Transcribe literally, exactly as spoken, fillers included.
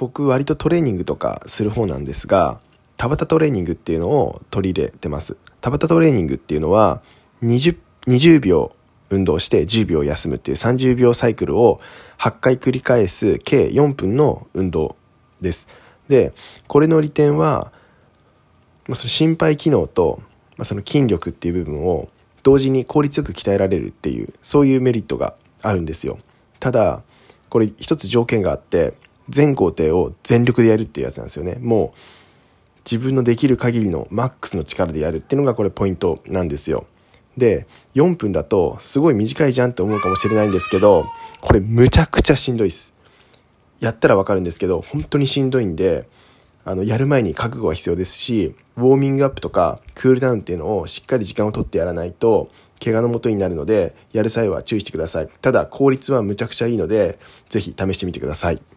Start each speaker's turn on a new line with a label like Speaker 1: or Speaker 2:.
Speaker 1: 僕割とトレーニングとかする方なんですが、タバタトレーニングっていうのを取り入れてます。タバタトレーニングっていうのはにじゅう、にじゅうびょう運動してじゅうびょう休むっていうさんじゅうびょうサイクルをはちかい繰り返す計よんぷんの運動です。で、これの利点は、その心肺機能とその筋力っていう部分を同時に効率よく鍛えられるっていう、そういうメリットがあるんですよ。ただこれ一つ条件があって、全工程を全力でやるっていうやつなんですよね。もう自分のできる限りのマックスの力でやるっていうのがこれポイントなんですよ。で、よんぷんだとすごい短いじゃんって思うかもしれないんですけど、これむちゃくちゃしんどいです。やったらわかるんですけど、本当にしんどいんで、あのやる前に覚悟が必要ですし、ウォーミングアップとかクールダウンっていうのをしっかり時間を取ってやらないと怪我のもとになるので、やる際は注意してください。ただ効率はむちゃくちゃいいので、ぜひ試してみてください。